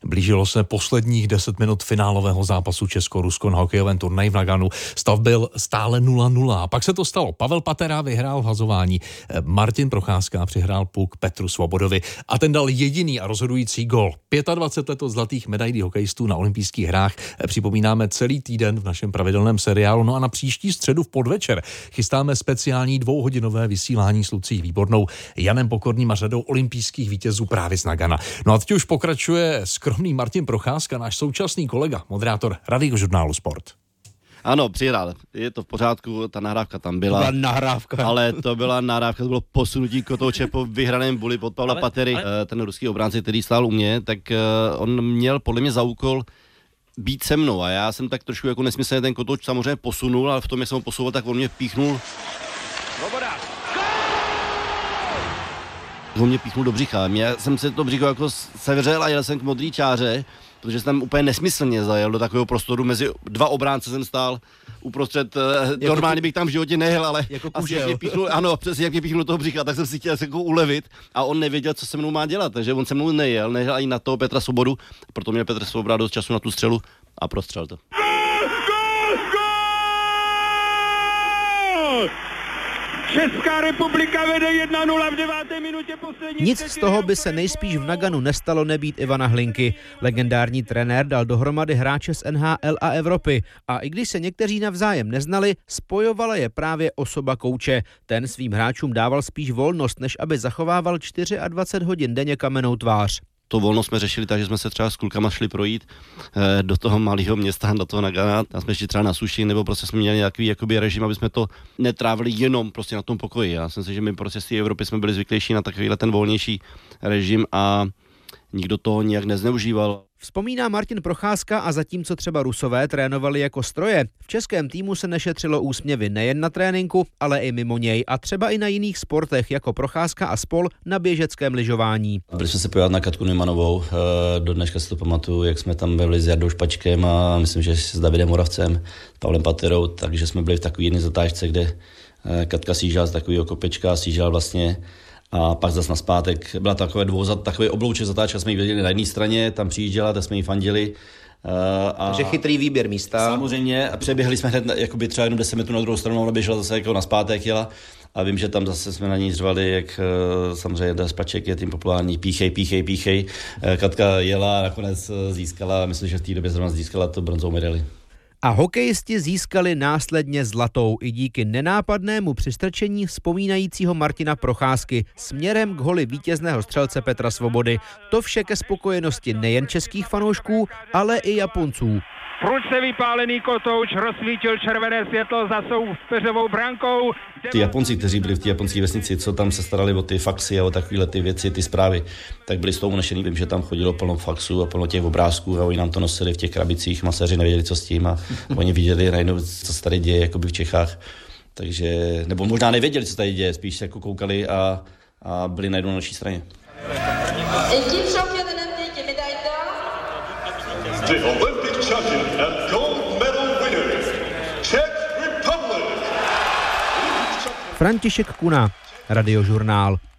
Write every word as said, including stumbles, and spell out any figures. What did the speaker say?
Blížilo se posledních deset minut finálového zápasu Česko-Rusko na hokejovém turnaji v Naganu. Stav byl stále nula nula. Pak se to stalo. Pavel Patera vyhrál v hazování. Martin Procházka přihrál puk Petru Svobodovi a ten dal jediný a rozhodující gol. dvacet pět let od zlatých medailí hokejistů na olympijských hrách připomínáme celý týden v našem pravidelném seriálu. No a na příští středu v podvečer chystáme speciální dvouhodinové vysílání s Lucí Výbornou, Janem Pokorným a řadou olympijských vítězů právě z Nagana. No a teď už pokračuje skromný Martin Procházka, náš současný kolega, moderátor Radiožurnálu Sport. Ano, přihrál. Je to v pořádku, ta nahrávka tam byla. To byla nahrávka. Ale to byla nahrávka, to bylo posunutí kotouče po vyhraném buli pod Pavla ale, Patery. Ale... Ten ruský obránce, který stál u mě, tak on měl podle mě za úkol být se mnou a já jsem tak trošku jako nesmyslně ten kotouč samozřejmě posunul, ale v tom, jak jsem ho posouval, tak on mě píchnul. Svoboda! On mě píchnul do břicha. Já jsem se to břicho jako sevřel a jel jsem k modrý čáře, protože jsem tam úplně nesmyslně zajel do takového prostoru, mezi dva obránce jsem stál uprostřed, jako normálně bych tam v životě nejel, ale jako asi jak mě píchnul, ano, přesně jak mě píchnul do toho břicha, tak jsem si chtěl se jako ulevit a on nevěděl, co se mnou má dělat, takže on se mnou nejel, nejel ani na toho Petra Svobodu, proto měl Petr Svoboda dost času na tu střelu a prostřel to. Česká republika vede jedna nula v deváté minutě poslední. Nic z toho by se nejspíš v Naganu nestalo nebýt Ivana Hlinky. Legendární trenér dal dohromady hráče z N H L a Evropy. A i když se někteří navzájem neznali, spojovala je právě osoba kouče. Ten svým hráčům dával spíš volnost, než aby zachovával dvacet čtyři hodin denně kamennou tvář. To volno jsme řešili tak, že jsme se třeba s klukama šli projít eh, do toho malého města, do toho Nagana. Tam jsme šli třeba na suši, nebo prostě jsme měli nějaký jakoby režim, aby jsme to netrávili jenom prostě na tom pokoji. Já jsem si, že my prostě z té Evropy jsme byli zvyklejší na takovýhle ten volnější režim a nikdo toho nijak nezneužíval. Vzpomíná Martin Procházka a zatímco třeba Rusové trénovali jako stroje, v českém týmu se nešetřilo úsměvy nejen na tréninku, ale i mimo něj a třeba i na jiných sportech jako Procházka a spol na běžeckém lyžování. Byli jsme se podívat na Katku Neumannovou, do dneška si to pamatuju, jak jsme tam byli s Jardou Špačkem a myslím, že s Davidem Moravcem, s Pavlem Paterou, takže jsme byli v takové jedné zatáčce, kde Katka sjížděla z takového kopečka, sjížděla vlastně a pak zase naspátek. Byla takové dvouzat, takový oblouček zatáčka, jsme ji viděli na jedné straně, tam přijížděla, tak jsme ji fandili. A takže chytrý výběr místa. Samozřejmě, a přeběhli jsme hned jakoby třeba jenom deset metrů na druhou stranu, ona běžela zase jako naspátek jela. A vím, že tam zase jsme na ní řvali, jak samozřejmě Dan Spaček je tím populární, píchej, píchej, píchej. Katka jela a nakonec získala, myslím, že v té době zrovna získala to bronzovou medaili. A hokejisti získali následně zlatou i díky nenápadnému přistrčení vzpomínajícího Martina Procházky směrem k holi vítězného střelce Petra Svobody. To vše ke spokojenosti nejen českých fanoušků, ale i Japonců. Prudce vypálený kotouč rozsvítil červené světlo za soupeřovou brankou. Ty Japonci, kteří byli v té japonské vesnici, co tam se starali o ty faxy a o takovéhle ty věci, ty zprávy, tak byli z toho unešený. Vím, že tam chodilo plno faxů a plno těch obrázků a oni nám to nosili v těch krabicích, maséři nevěděli, co s tím a oni viděli najednou, co se tady děje jakoby v Čechách. Takže, nebo možná nevěděli, co tady děje, spíš se jako koukali a, a byli najednou na naší straně. The Olympic champion and gold medal winner, Czech Republic. František Kuna, Radiožurnál.